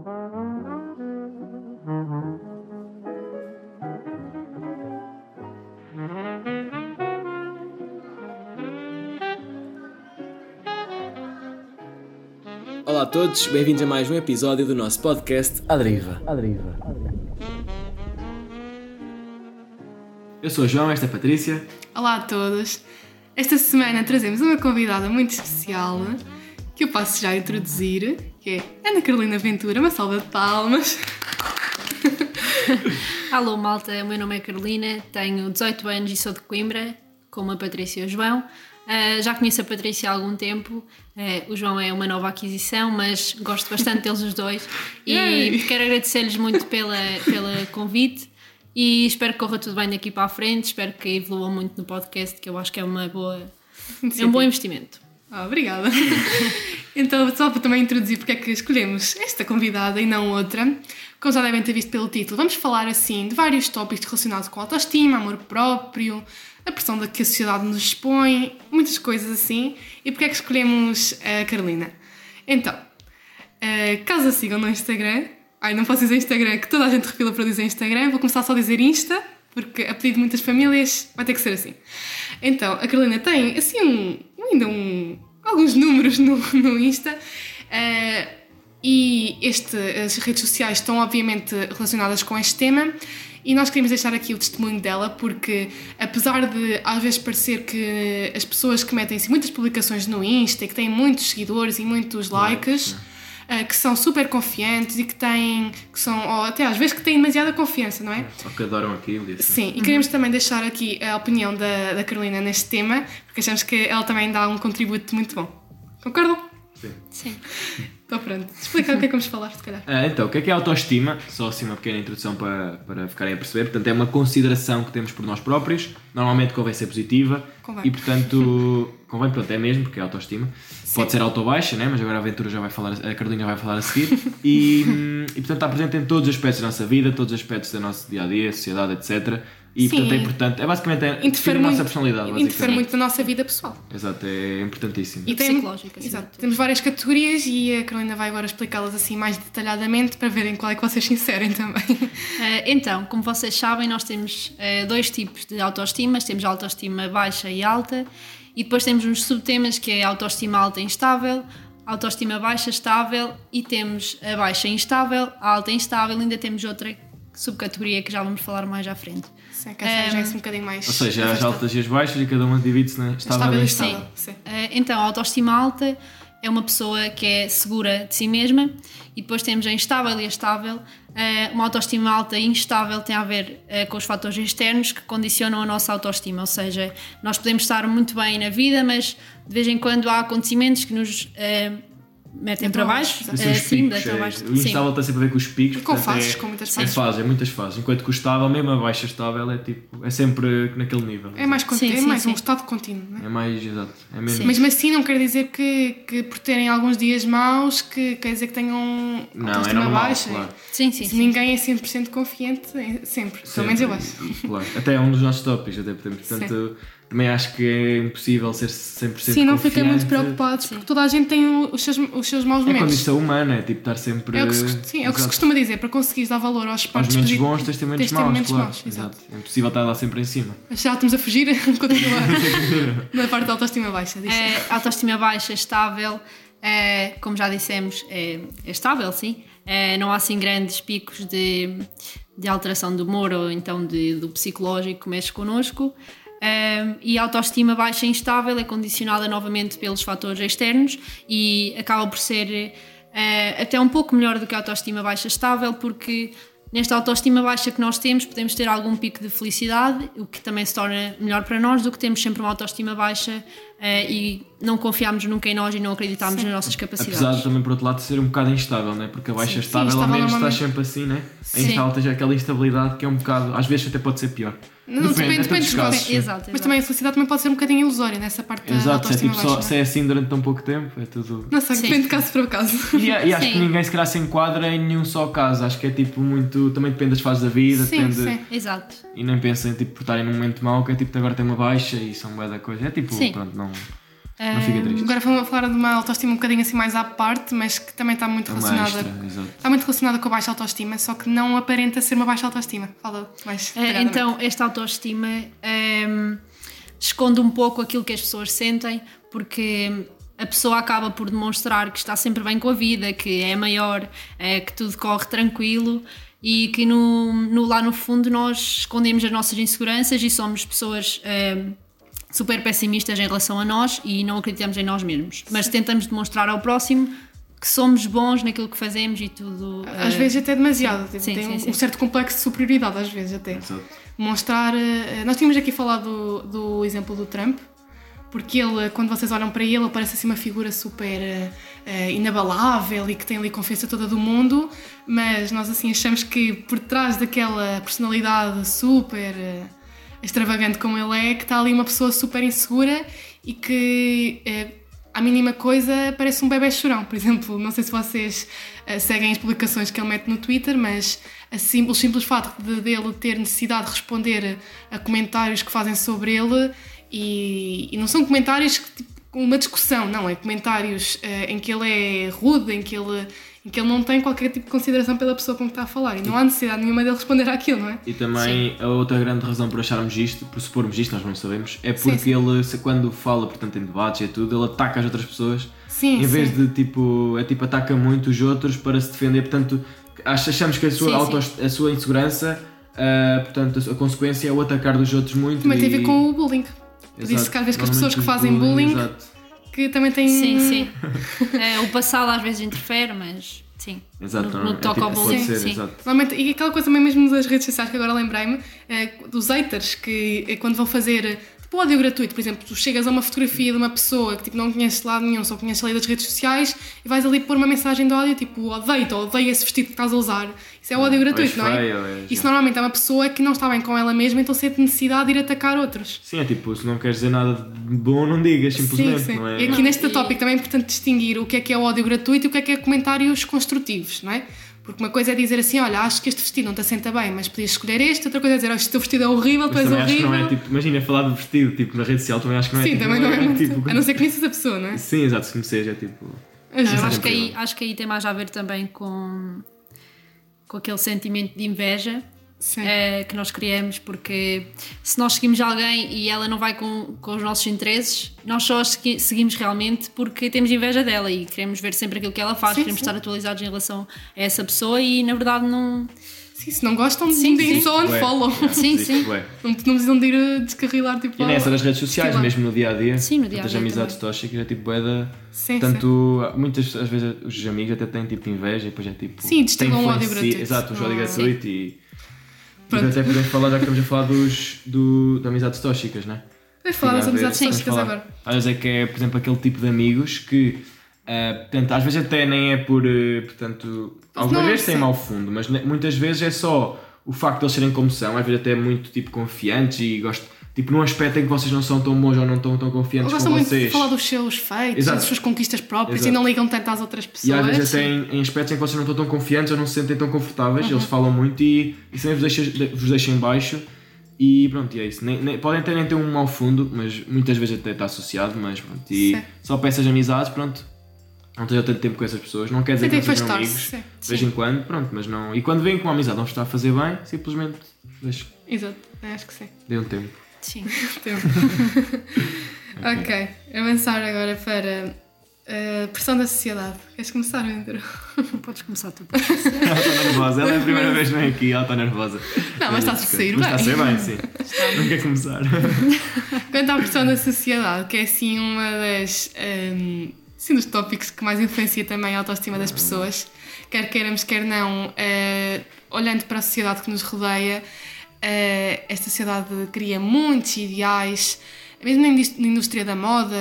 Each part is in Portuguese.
Olá a todos, bem-vindos a mais um episódio do nosso podcast À Deriva. Eu sou o João, esta é a Patrícia. Olá a todos. Esta semana trazemos uma convidada muito especial que eu passo já a introduzir, que é Ana Carolina Ventura. Uma salva de palmas. Alô malta, o meu nome é Carolina, tenho 18 anos e sou de Coimbra, como a Patrícia e o João. Já conheço a Patrícia há algum tempo, o João é uma nova aquisição, mas gosto bastante deles os dois e quero agradecer-lhes muito pelo convite e espero que corra tudo bem daqui para a frente, espero que evoluam muito no podcast, que eu acho que é um bom investimento. Obrigada. Então, só para também introduzir porque é que escolhemos esta convidada e não outra, como já devem ter visto pelo título, vamos falar assim de vários tópicos relacionados com autoestima, amor próprio, a pressão da que a sociedade nos expõe, muitas coisas assim. E porque é que escolhemos a Carolina? Então, caso a sigam no Instagram, não posso dizer Instagram, que toda a gente refila para dizer Instagram, vou começar só a dizer Insta, porque a pedido de muitas famílias vai ter que ser assim. Então, a Carolina tem assim alguns números no Insta, e as redes sociais estão obviamente relacionadas com este tema. E nós queríamos deixar aqui o testemunho dela porque, apesar de às vezes parecer que as pessoas que metem muitas publicações no Insta e que têm muitos seguidores e muitos likes, que são super confiantes e que são, ou até às vezes que têm demasiada confiança, não é? Ou que adoram aquilo. Sim, e queremos também deixar aqui a opinião da Carolina neste tema, porque achamos que ela também dá um contributo muito bom. Concordam? Sim. Então pronto, explicar o que é que vamos falar, se calhar. Então, o que é autoestima? Só assim uma pequena introdução para ficarem a perceber. Portanto, é uma consideração que temos por nós próprios. Normalmente convém ser positiva. Convém. E portanto, é mesmo, porque é autoestima. Sim. Pode ser auto-baixa, né? Mas agora a Carolina vai falar a seguir. E portanto está presente em todos os aspectos da nossa vida, todos os aspectos do nosso dia-a-dia, sociedade, etc. E Sim. portanto é importante, basicamente a nossa personalidade. Interfere muito na nossa vida pessoal. Exato, é importantíssimo. E psicológica. Exato. Temos várias categorias e a Carolina vai agora explicá-las assim mais detalhadamente para verem qual é que vocês se inserem também. Então, como vocês sabem, nós temos dois tipos de autoestimas, temos a autoestima baixa e alta, e depois temos uns subtemas que é a autoestima alta e instável, a autoestima baixa estável, e temos a baixa instável, a alta instável, e ainda temos outra subcategoria que já vamos falar mais à frente. Sim, que já é um bocadinho mais... Ou seja, as altas e as baixas e cada uma divide-se na estável e instável. Sim. Então, a autoestima alta é uma pessoa que é segura de si mesma, e depois temos a instável e a estável. Uma autoestima alta e instável tem a ver com os fatores externos que condicionam a nossa autoestima, ou seja, nós podemos estar muito bem na vida, mas de vez em quando há acontecimentos que nos metem para baixo, para baixo. O instável está sempre a ver com os picos. Com fases, com muitas fases. É muitas fases. Enquanto que o estável, mesmo a baixa estável, é sempre naquele nível. É mais um estado contínuo, não é? É mais, exato. É mesmo. Mas assim não quer dizer que por terem alguns dias maus, que quer dizer que tenham autoestima baixa. Claro. Sim. Ninguém é 100% confiante, sempre. Pelo menos eu acho. Claro. Até é um dos nossos tópicos, até podemos. Portanto, também acho que é impossível ser 100% Sim, não confiante. fiquem muito preocupados, porque toda a gente tem os seus maus momentos. É condição humana, é tipo estar sempre... É o que se costuma dizer, para conseguires dar valor aos pontos momentos bons tens de ter momentos maus, claro. Exato. É impossível estar lá sempre em cima. Mas já estamos a fugir, continua na parte da autoestima baixa. A autoestima baixa, estável, como já dissemos, é estável, sim. Não há assim grandes picos de alteração do humor ou então do psicológico que mexe connosco. E a autoestima baixa e instável é condicionada novamente pelos fatores externos e acaba por ser até um pouco melhor do que a autoestima baixa estável, porque nesta autoestima baixa que nós temos podemos ter algum pico de felicidade, o que também se torna melhor para nós do que temos sempre uma autoestima baixa e não confiarmos nunca em nós e não acreditarmos nas nossas capacidades. Apesar de também, por outro lado, de ser um bocado instável, né? Porque a baixa estável, ao menos estás sempre assim, né? A instável tens aquela instabilidade que é um bocado, às vezes até pode ser pior. Não, depende dos casos. Exato. Mas também a felicidade também pode ser um bocadinho ilusória nessa parte da autoestima baixa. Se é assim durante tão pouco tempo, é tudo... Não sei, depende de caso para caso. E acho que ninguém se calhar se enquadra em nenhum só caso. Acho que é tipo muito... Também depende das fases da vida. Sim. Exato. E nem pensem tipo, por estarem num momento mau, que é tipo agora tem uma baixa e são bué da coisa. É tipo, pronto, não... Não fica triste. Agora vamos falar de uma autoestima um bocadinho assim mais à parte, mas que também está muito relacionada. Está muito relacionada com a baixa autoestima, só que não aparenta ser uma baixa autoestima. Fala mais. Então, esta autoestima esconde um pouco aquilo que as pessoas sentem, porque a pessoa acaba por demonstrar que está sempre bem com a vida, que é maior, que tudo corre tranquilo e que lá no fundo nós escondemos as nossas inseguranças e somos pessoas super pessimistas em relação a nós e não acreditamos em nós mesmos. Mas tentamos demonstrar ao próximo que somos bons naquilo que fazemos e tudo. Às vezes até demasiado. Sim, tem sim. um certo complexo de superioridade, às vezes até. Exato. Mostrar... nós tínhamos aqui falado do exemplo do Trump, porque ele, quando vocês olham para ele parece assim uma figura super inabalável e que tem ali confiança toda do mundo, mas nós assim achamos que por trás daquela personalidade super extravagante como ele é, que está ali uma pessoa super insegura e que à mínima coisa parece um bebé chorão. Por exemplo, não sei se vocês seguem as publicações que ele mete no Twitter, mas o simples facto dele ter necessidade de responder a comentários que fazem sobre ele, e não são comentários tipo uma discussão, não, é comentários em que ele é rude, em que ele não tem qualquer tipo de consideração pela pessoa com que está a falar, e não há necessidade nenhuma dele responder àquilo, não é? E também a outra grande razão por acharmos isto, por supormos isto, nós não sabemos, é porque ele, quando fala, portanto, em debates e tudo, ele ataca as outras pessoas, em vez de ataca muito os outros para se defender, portanto, achamos que a sua insegurança, portanto, a consequência é o atacar dos outros muito. Também tem a ver com o bullying. Disse que às vezes que as pessoas que fazem bullying que também têm... Sim. O passado às vezes interfere, mas sim. Exato, no toque ao bullying. Normalmente, e aquela coisa também mesmo das redes sociais que agora lembrei-me, dos haters que quando vão fazer tipo ódio gratuito, por exemplo, tu chegas a uma fotografia de uma pessoa que tipo, não conheces de lado nenhum, só conheces ali das redes sociais e vais ali pôr uma mensagem de ódio, tipo odeio-te ou odeio esse vestido que estás a usar. Isso é ódio gratuito, não é? Isso normalmente é uma pessoa que não está bem com ela mesma, então sente necessidade de ir atacar outros. Sim, é tipo, se não queres dizer nada de bom, não digas, simplesmente. Sim. Não é? E aqui neste tópico também é importante distinguir o que é ódio gratuito e o que é comentários construtivos, não é? Porque uma coisa é dizer assim, olha, acho que este vestido não te assenta bem, mas podias escolher este. Outra coisa é dizer, este teu vestido é horrível, tu és horrível. Acho que não é, tipo, imagina falar do vestido, tipo, na rede social também acho que não é. Sim, tipo, também não é muito. Tipo, a não ser que conheças a pessoa, não é? Sim, exato, se conheces é tipo... Acho que aí tem mais a ver também com aquele sentimento de inveja que nós criamos, porque se nós seguimos alguém e ela não vai com os nossos interesses, nós só seguimos realmente porque temos inveja dela e queremos ver sempre aquilo que ela faz, queremos estar atualizados em relação a essa pessoa e na verdade não... Sim, se não gostam de ir só unfollow. Sim. Não precisam de ir descarrilar tipo... E nessa das redes sociais, mesmo no dia-a-dia, as amizades tóxicas é tipo muitas às vezes os amigos até têm tipo inveja e depois é tipo... Sim, destilam um ódio gratuito. Exato, um ódio gratuito e até podemos falar, já que estamos a falar de amizades tóxicas, não é? Vamos falar das amizades tóxicas agora. Às vezes é que é, por exemplo, aquele tipo de amigos que, portanto, às vezes até nem é por, portanto, algumas vezes tem mau fundo, mas muitas vezes é só o facto de eles serem como são, às vezes até muito tipo confiantes e tipo num aspecto em que vocês não são tão bons ou não estão tão confiantes com vocês. Gostam muito de falar dos seus feitos, das suas conquistas próprias e não ligam tanto às outras pessoas. E às vezes até em aspectos em que vocês não estão tão confiantes ou não se sentem tão confortáveis, eles falam muito e isso também vos deixa em baixo. E pronto, e é isso. Podem nem ter um mau fundo, mas muitas vezes até está associado, mas pronto. E só para essas amizades, pronto, não tenho tanto tempo com essas pessoas, não quer dizer que não sejam amigos, de vez em quando, pronto, mas não... E quando vêm com uma amizade não está a fazer bem, simplesmente deixo. Exato, acho que sim. Dê um tempo. Sim. Ok, avançar agora para a pressão da sociedade. Queres começar, Andrew? Podes começar tu. Ela está nervosa, ela é a primeira vez que vem aqui, ela está nervosa. Não, mas está-se a sair bem. Está a sair bem, sim. Não quer começar. Quanto à pressão da sociedade, que é assim uma das... Sim, dos tópicos que mais influencia também a autoestima das pessoas, quer queiramos, quer não, olhando para a sociedade que nos rodeia, esta sociedade cria muitos ideais, mesmo na indústria da moda,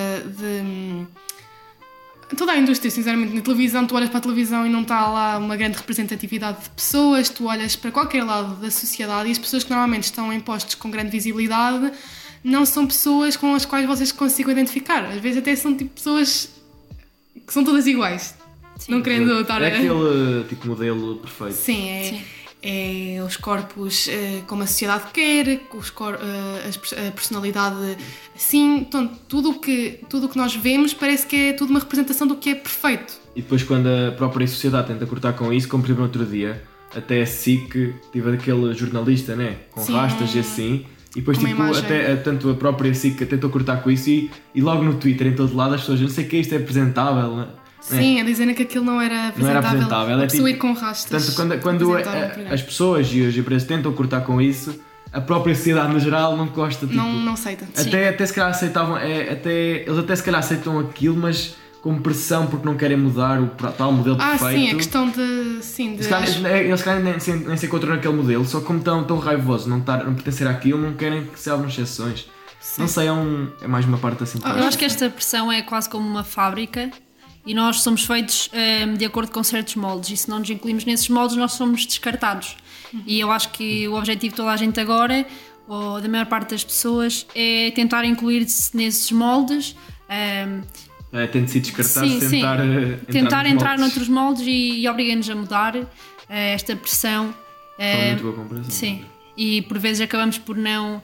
toda a indústria, sinceramente. Na televisão, tu olhas para a televisão e não está lá uma grande representatividade de pessoas, tu olhas para qualquer lado da sociedade e as pessoas que normalmente estão em postos com grande visibilidade não são pessoas com as quais vocês consigam identificar. Às vezes até são tipo pessoas que são todas iguais. Sim. Não querendo estar... É aquele tipo modelo perfeito. Sim, é os corpos como a sociedade quer, a personalidade assim, então tudo o que nós vemos parece que é tudo uma representação do que é perfeito. E depois quando a própria sociedade tenta cortar com isso, como por exemplo no outro dia, até a SIC tive aquele jornalista, né, com Sim, rastas e assim, e depois uma tipo, imagem. até tanto a própria SIC tentou cortar com isso e logo no Twitter, em todo lado, as pessoas, não sei o que, isto é apresentável, né? Sim, a dizerem que aquilo não era apresentável, a pessoa ir com rastas. Portanto, quando as pessoas e as empresas tentam cortar com isso, a própria sociedade no geral não gosta, tipo, não aceita. Até se calhar aceitavam, eles até se calhar aceitam aquilo, mas com pressão porque não querem mudar o tal modelo perfeito. Sim, a questão de... Sim, de... Eles se calhar nem se encontram naquele modelo, só como tão raivosos, não pertencer àquilo, não querem que se abram exceções. Sim. Não sei, é mais uma parte assim. Eu acho que esta pressão é quase como uma fábrica e nós somos feitos de acordo com certos moldes, e se não nos incluímos nesses moldes nós somos descartados. E eu acho que o objetivo de toda a gente agora, ou da maior parte das pessoas, é tentar incluir-se nesses moldes. Tente-se descartar, tentar entrar noutros moldes e obriga-nos a mudar esta pressão. Muito boa comparação. Sim, e por vezes acabamos por não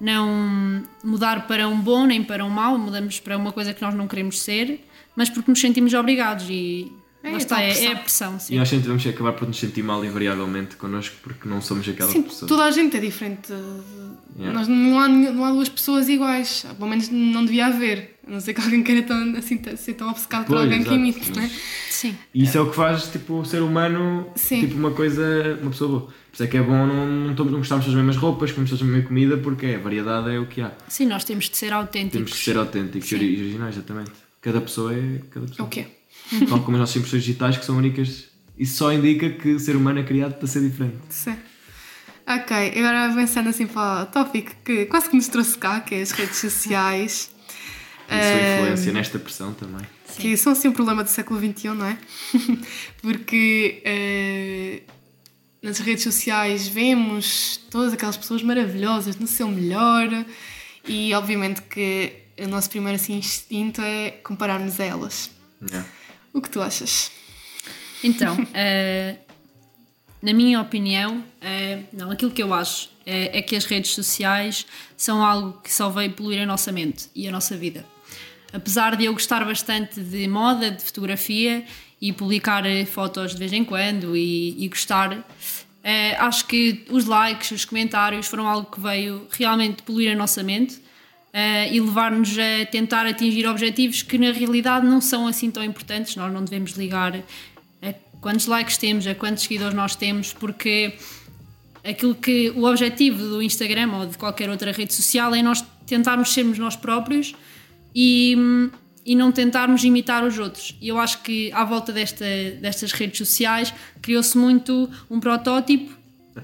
mudar para um bom nem para um mau, mudamos para uma coisa que nós não queremos ser, mas porque nos sentimos obrigados e é a pressão. Sim. E nós sempre vamos acabar por nos sentir mal invariavelmente connosco porque não somos aquela pessoa. Toda a gente é diferente. Nós, não há duas pessoas iguais, pelo menos não devia haver, a não ser que alguém queira ser tão obcecado por alguém que imite, não é? Sim. E isso é o que faz tipo, o ser humano tipo, uma pessoa boa. Por isso é que é bom não gostarmos das mesmas roupas, comemos todas a mesma comida, porque a variedade é o que há. Sim, nós temos de ser autênticos. Temos de ser autênticos e originais, exatamente. Cada pessoa é cada pessoa. É o quê? Tal como as nossas impressões digitais que são únicas. Isso só indica que o ser humano é criado para ser diferente. Sim. Ok, agora avançando assim para o tópico que quase que nos trouxe cá, que é as redes sociais. E a sua influência nesta pressão também. Sim. Que são assim um problema do século XXI, não é? Porque nas redes sociais vemos todas aquelas pessoas maravilhosas no seu melhor e obviamente que o nosso primeiro assim, instinto é comparar-nos a elas. Yeah. O que tu achas? Então, na minha opinião, aquilo que eu acho é que as redes sociais são algo que só veio poluir a nossa mente e a nossa vida. Apesar de eu gostar bastante de moda, de fotografia e publicar fotos de vez em quando e gostar, acho que os likes, os comentários foram algo que veio realmente poluir a nossa mente e levar-nos a tentar atingir objetivos que na realidade não são assim tão importantes. Nós não devemos ligar a quantos likes temos, a quantos seguidores nós temos, porque o objetivo do Instagram ou de qualquer outra rede social é nós tentarmos sermos nós próprios e não tentarmos imitar os outros. E eu acho que à volta destas redes sociais criou-se muito um protótipo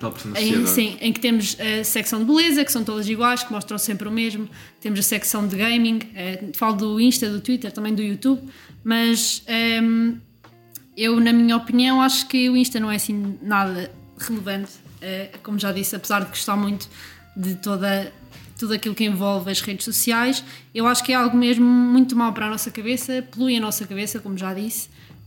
em que temos a secção de beleza, que são todas iguais, que mostram sempre o mesmo. Temos a secção de gaming, falo do Insta, do Twitter, também do YouTube, mas eu, na minha opinião, acho que o Insta não é assim nada relevante, como já disse, apesar de gostar muito de tudo aquilo que envolve as redes sociais. Eu acho que é algo mesmo muito mau para a nossa cabeça, polui a nossa cabeça, como já disse,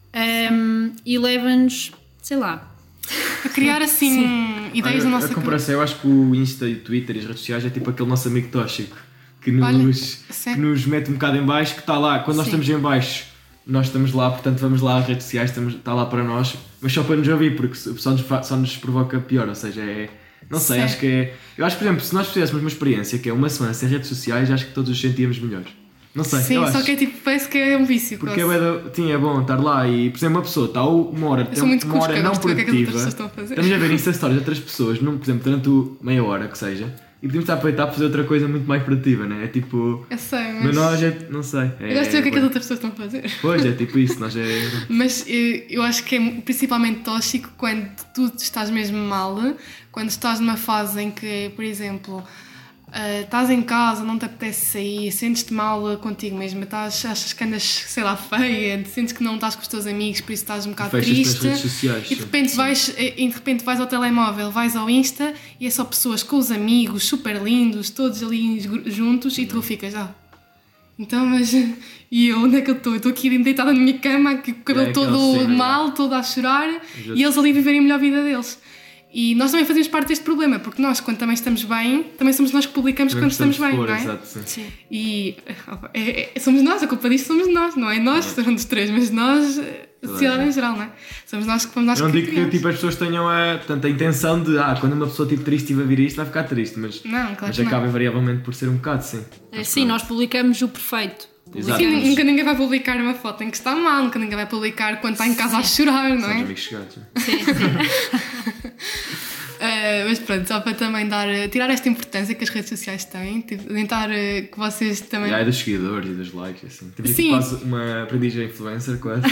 e leva-nos, sei lá, a criar assim ideias da nossa cabeça. A comparação, eu acho que o Insta e o Twitter e as redes sociais é tipo aquele nosso amigo tóxico que nos mete um bocado em baixo, que está lá, quando nós estamos em baixo nós estamos lá, portanto vamos lá às redes sociais, está lá para nós, mas só para nos ouvir, porque só nos provoca pior, ou seja, não sei, acho que é... Eu acho, por exemplo, se nós fizéssemos uma experiência que é uma semana sem redes sociais, acho que todos nos sentíamos melhores. Não sei, sim, só que é tipo, parece que é um vício. Porque é bom estar lá e, por exemplo, uma pessoa está uma hora não produtiva, estamos a ver Insta Stories de outras pessoas, por exemplo, durante meia hora que seja, e podemos estar a aproveitar para fazer outra coisa muito mais produtiva, não é? É tipo... Eu sei, mas nós não sei. Eu gosto de ver o que é que as outras pessoas estão a fazer. Pois, é tipo isso, nós Mas eu acho que é principalmente tóxico quando tu estás mesmo mal, quando estás numa fase em que, por exemplo... estás em casa, não te apetece sair, sentes-te mal contigo mesma, achas que andas, sei lá, feia, sentes que não estás com os teus amigos, por isso estás um bocado triste e de repente vais ao telemóvel, vais ao Insta e é só pessoas com os amigos, super lindos, todos ali juntos e tu ficas, então, mas e eu, onde é que eu estou? Eu estou aqui deitada na minha cama, com o cabelo todo mal, todo a chorar e eles ali viverem a melhor vida deles. E nós também fazemos parte deste problema, porque nós, quando também estamos bem, também somos nós que publicamos quando estamos bem, não é? Exato, Sim. E somos nós, a culpa disso somos nós, não é nós, são dos três, mas nós, a sociedade em geral, não é? Somos nós que vamos nós Eu não que digo que criamos. tipo, as pessoas tenham portanto, a intenção de quando uma pessoa tipo, triste estiver a vir isto vai ficar triste, mas, Não, claro mas que não. acaba invariavelmente por ser um bocado, sim. Sim, nós publicamos o perfeito. Exato. Sim, Publicamos. nunca ninguém vai publicar uma foto em que está mal, nunca ninguém vai publicar quando está em casa a chorar, não São os é? amigos chegados. Sim, sim. Mas pronto, só para também tirar esta importância que as redes sociais têm, tipo, tentar que vocês também. E aí dos seguidores e dos likes, assim. Tipo, Sim. quase uma aprendiz influencer, quase.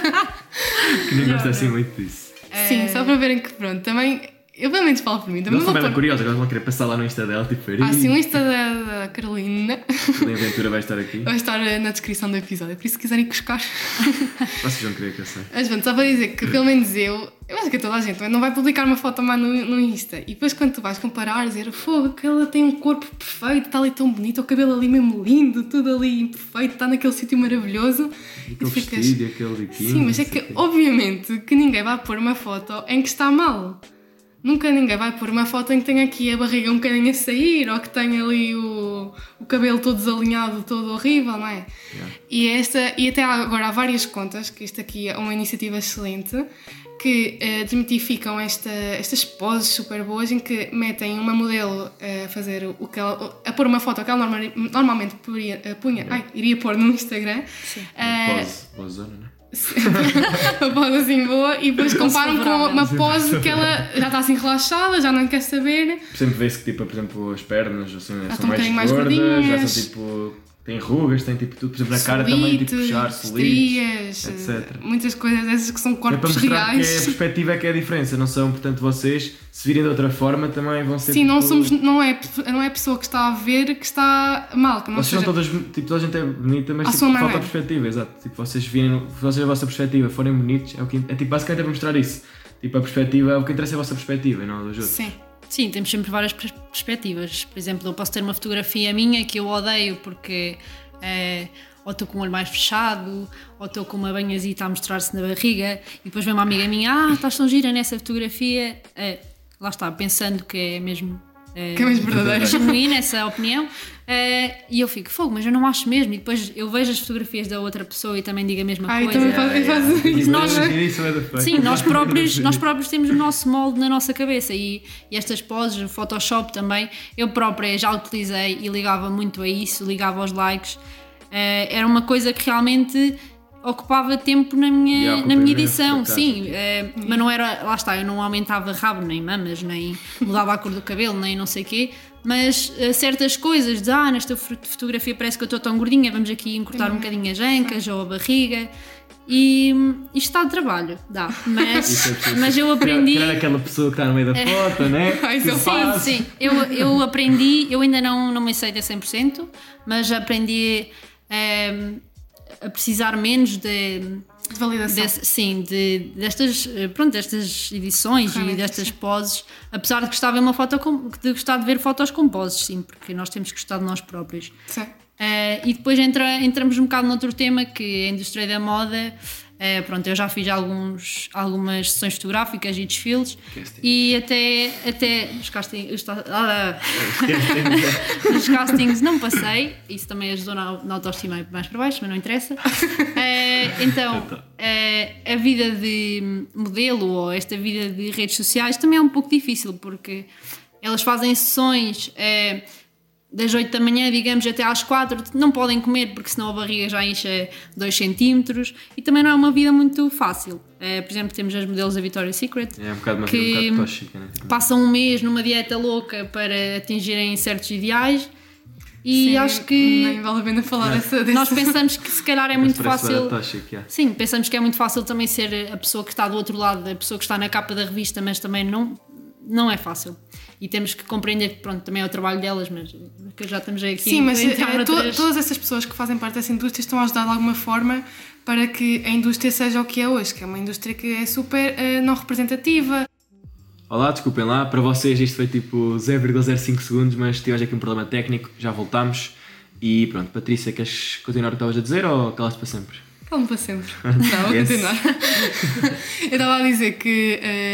Que nem gosto assim muito disso. Sim, só para verem que pronto, também. Eu pelo menos falo por mim, também Não sou vou bem pôr. curiosa, agora vão querer passar lá no Insta dela, tipo, ver. Sim, o Insta da Carolina Toda a aventura vai estar aqui. vai estar na descrição do episódio, por isso se quiserem buscar. Vocês vão querer que eu sei. Mas pronto, só para dizer que pelo menos eu acho que toda a gente também não vai publicar uma foto má no Insta. E depois quando tu vais comparar, dizer, fogo, que ela tem um corpo perfeito, está ali tão bonito, o cabelo ali mesmo lindo, tudo ali perfeito, está naquele sítio maravilhoso. Aquele tu ficas, vestido e aquele biquíni. sim, mas é não sei que o quê. obviamente que ninguém vai pôr uma foto em que está mal. Nunca ninguém vai pôr uma foto em que tenha aqui a barriga um bocadinho a sair ou que tenha ali o cabelo todo desalinhado, todo horrível, não é? Yeah. E até agora há várias contas, que isto aqui é uma iniciativa excelente, que desmitificam estas poses super boas em que metem uma modelo a fazer a pôr uma foto que ela normalmente iria pôr no Instagram. Sim. Pose zona, não é? Uma pose assim boa e depois comparam com favorável. uma pose que ela já está assim relaxada, já não quer saber. Sempre vê-se que, tipo, por exemplo, as pernas assim, são estão um mais bocadinho mais gordas, já gordinhas. são tipo. Tem rugas, tem tipo tudo. Por exemplo, na cara também, tipo, puxar, solitos, estrias, etc. muitas coisas dessas que são É para corpos mostrar que reais. a perspectiva é que é a diferença, não são, portanto, vocês, se virem de outra forma, também vão ser. Sim, tipo, não é a pessoa que está a ver que está mal, que não Vocês são seja... todas, tipo, toda a gente é bonita, mas À tipo, sua falta a maneira. perspectiva, exato. Tipo, vocês a vossa perspectiva forem bonitos, tipo, basicamente é para mostrar isso. Tipo, a perspectiva, o que interessa é a vossa perspectiva e não a dos outros. Sim. Sim, temos sempre várias perspectivas. Por exemplo, eu posso ter uma fotografia minha que eu odeio porque ou estou com o olho mais fechado, ou estou com uma banhazita a mostrar-se na barriga, e depois vem uma amiga minha, estás tão gira nessa fotografia. Lá está, pensando que é mesmo Que é mais verdadeiro. genuína essa opinião. E eu fico, fogo, mas eu não acho mesmo. E depois eu vejo as fotografias da outra pessoa e também digo a mesma Ai, coisa. também faço isso. Nós- Isso é da feia. Sim, nós próprios temos o nosso molde na nossa cabeça e estas poses, o Photoshop também, eu própria já utilizei e ligava muito a isso, ligava aos likes. Era uma coisa que realmente ocupava tempo na minha ocupa edição, imenso, por sim, mas não era, lá está, eu não aumentava rabo, nem mamas, nem mudava a cor do cabelo, nem não sei o quê, mas certas coisas de, nesta fotografia parece que eu estou tão gordinha, vamos aqui encurtar um bocadinho as ancas ou a barriga. E isto dá de trabalho, dá, mas eu aprendi. Criar aquela pessoa que está no meio da foto, né? Ai, isso é faz. Sim, eu aprendi, eu ainda não me aceito a 100%, mas aprendi a precisar menos De validação. destas edições e Realmente, destas sim. poses, apesar de gostar de gostar de ver fotos com poses, sim, porque nós temos que gostar de nós próprios. Sim. E depois entramos um bocado noutro tema, que é a indústria da moda. Pronto, eu já fiz algumas sessões fotográficas e desfiles. Casting. E até os castings não passei. Isso também ajudou na autoestima mais para baixo, mas não interessa. Então, a vida de modelo ou esta vida de redes sociais também é um pouco difícil, porque elas fazem sessões das 8 da manhã, digamos, até às 4, não podem comer porque senão a barriga já enche 2 centímetros e também não é uma vida muito fácil. Por exemplo, temos as modelos da Victoria's Secret É um bocado uma vida um bocado tóxica, né? passam um mês numa dieta louca para atingirem certos ideais e Sim, acho que nem vale a pena falar desse. nós pensamos que se calhar é muito Parece fácil. bué tóxico, yeah. Sim, pensamos que é muito fácil também ser a pessoa que está do outro lado, a pessoa que está na capa da revista, mas também não é fácil. E temos que compreender que, pronto, também é o trabalho delas, mas que já estamos aqui Sim, mas a entrar noutras- todas essas pessoas que fazem parte dessa indústria estão a ajudar de alguma forma para que a indústria seja o que é hoje, que é uma indústria que é super não representativa. Olá, desculpem lá, para vocês isto foi tipo 0,05 segundos, mas tivemos aqui um problema técnico, já voltámos. E pronto, Patrícia, queres continuar o que estavas a dizer ou calaste para sempre? Calma para sempre. Não, vou Yes. continuar. Eu estava a dizer que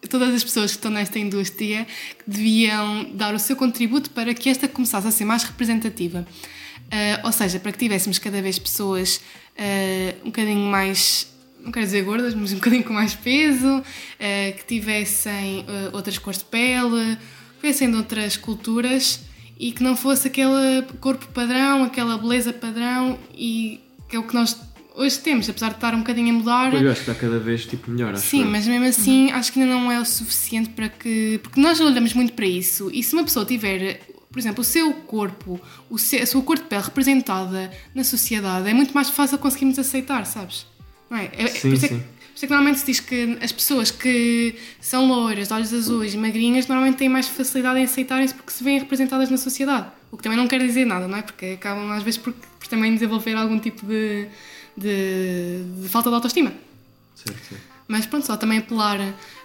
todas as pessoas que estão nesta indústria deviam dar o seu contributo para que esta começasse a ser mais representativa. Ou seja, para que tivéssemos cada vez pessoas um bocadinho mais, não quero dizer gordas, mas um bocadinho com mais peso, que tivessem outras cores de pele, que viessem de outras culturas e que não fosse aquele corpo padrão, aquela beleza padrão, e que é o que nós hoje temos, apesar de estar um bocadinho a mudar. Pois eu acho que está cada vez melhor. Sim, mas mesmo assim acho que ainda não é o suficiente para que... Porque nós olhamos muito para isso, e se uma pessoa tiver, por exemplo, o seu corpo, a sua cor de pele representada na sociedade, é muito mais fácil conseguirmos aceitar, sabes? Não é? Sim, por isso é sim. por isso é que normalmente se diz que as pessoas que são loiras, de olhos azuis e magrinhas normalmente têm mais facilidade em aceitarem-se porque se veem representadas na sociedade. O que também não quer dizer nada, não é? Porque acabam às vezes por também desenvolver algum tipo de falta de autoestima. Certo. Mas pronto, só também apelar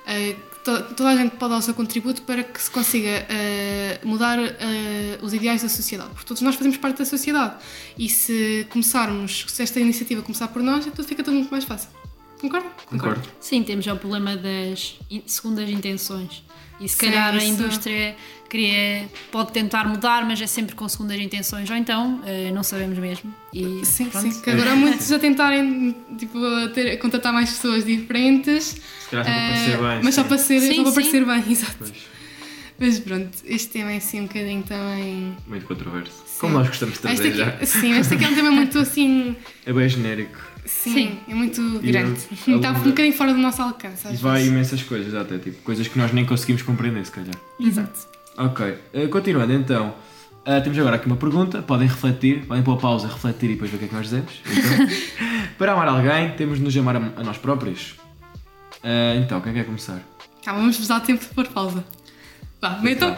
toda a gente pode dar o seu contributo para que se consiga mudar os ideais da sociedade, porque todos nós fazemos parte da sociedade, e se esta iniciativa começar por nós, tudo fica tudo muito mais fácil. Concordo. Sim, temos já o problema das segundas intenções. E se calhar a indústria pode tentar mudar, mas é sempre com segundas intenções, ou então não sabemos mesmo. E sim, que agora há muitos a tentarem contratar mais pessoas diferentes, se calhar só para parecer bem, mas só para parecer bem, exato. Pois. Mas pronto, este tema é assim um bocadinho também... Muito controverso. Sim. Como nós gostamos de trazer já. Sim, este aqui é um tema muito assim... É bem genérico. Sim, é muito grande. Está um bocadinho fora do nosso alcance. E vai imensas coisas até, tipo, coisas que nós nem conseguimos compreender, se calhar. Exato. Ok, continuando então. Temos agora aqui uma pergunta, podem refletir, podem pôr a pausa, refletir e depois ver o que é que nós dizemos. Então, para amar alguém, temos de nos amar a nós próprios? Então, quem quer começar? Vamos dar tempo de pôr pausa. Vá, então.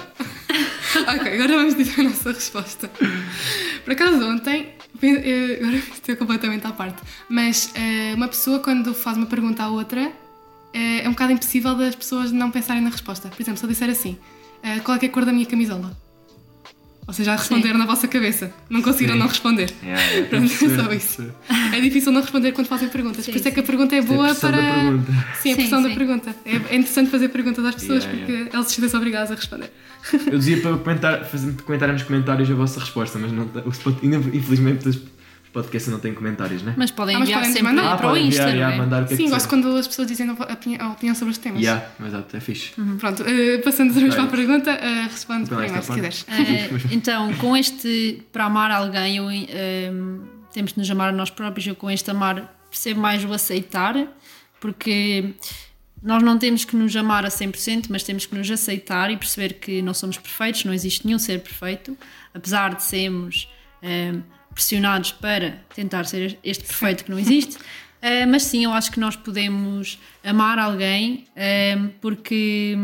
Ok, agora vamos dizer a nossa resposta. Por acaso ontem, agora estou completamente à parte, mas uma pessoa quando faz uma pergunta à outra, é um bocado impossível das pessoas não pensarem na resposta. Por exemplo, se eu disser assim, qual é que é a cor da minha camisola? Ou seja, a responder na vossa cabeça. Não conseguiram não responder. Pronto, é só isso. É difícil não responder quando fazem perguntas. Por isso é que a pergunta é boa para... Sim, a pressão da pergunta. É interessante fazer perguntas às pessoas porque elas se sentem obrigadas a responder. Eu dizia para comentarem nos comentários a vossa resposta, mas não, infelizmente os podcasts não têm comentários, né? Mas podem enviar sempre para o Insta, não é? Mandar o que sim, é que gosto quando as pessoas dizem a opinião sobre os temas. Exato, é fixe. Pronto, passando outra vez para a pergunta, responde primeiro, se quiseres. Então, com este, para amar alguém, temos de nos amar a nós próprios. Eu com este amar percebo mais o aceitar, porque nós não temos que nos amar a 100%, mas temos que nos aceitar e perceber que não somos perfeitos, não existe nenhum ser perfeito, apesar de sermos pressionados para tentar ser este perfeito que não existe. Mas sim, eu acho que nós podemos amar alguém porque,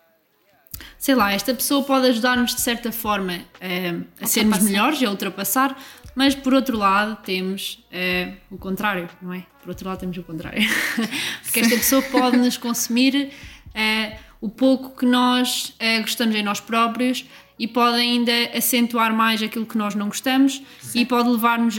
sei lá, esta pessoa pode ajudar-nos de certa forma a sermos melhores e a ultrapassar, mas por outro lado temos o contrário, não é? Por outro lado temos o contrário. Porque esta pessoa pode nos consumir o pouco que nós gostamos em nós próprios e pode ainda acentuar mais aquilo que nós não gostamos. Sim. E pode levar-nos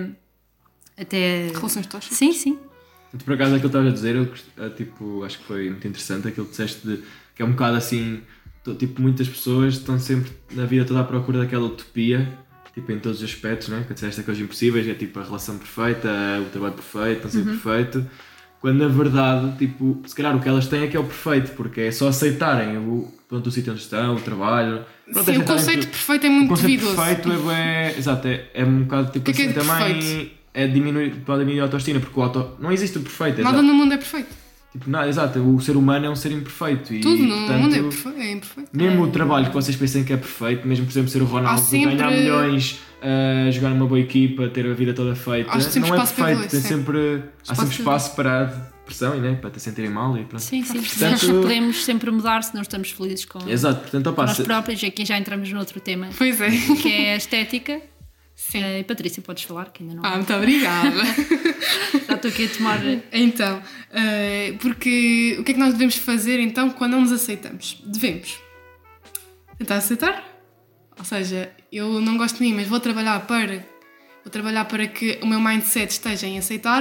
até... relações tóxicas. Sim. Por acaso aquilo que estavas a dizer, eu acho que foi muito interessante aquilo que disseste, que é um bocado assim, tipo, muitas pessoas estão sempre na vida toda à procura daquela utopia, tipo, em todos os aspectos, né? Que disseste aqueles impossíveis, é tipo a relação perfeita, o trabalho perfeito, não ser perfeito, quando na verdade, tipo, se calhar o que elas têm é que é o perfeito, porque é só aceitarem o sítio onde estão, o trabalho. Sim, o conceito perfeito é muito duvidoso. O conceito perfeito é um bocado tipo que assim, também perfeito? pode diminuir a autoestima, porque não existe o perfeito. Nada no mundo é perfeito. Tipo, nada, exato, o ser humano é um ser imperfeito. E, tudo no portanto, mundo é imperfeito. Mesmo o trabalho que vocês pensem que é perfeito, mesmo por exemplo ser o Ronaldo, ganhar milhões, jogar numa boa equipa, ter a vida toda feita, não é perfeito, há sempre espaço para depressão e para te sentirem mal e pronto. Sim, portanto, nós podemos sempre mudar se não estamos felizes com nós próprios. E aqui já entramos no outro tema, pois é, que é a estética. Sim. Patrícia, podes falar, que ainda não. Muito obrigada. Já estou aqui a tomar. Então, porque o que é que nós devemos fazer então quando não nos aceitamos? Devemos tentar aceitar, ou seja, eu não gosto de mim, mas vou trabalhar para que o meu mindset esteja em aceitar-me,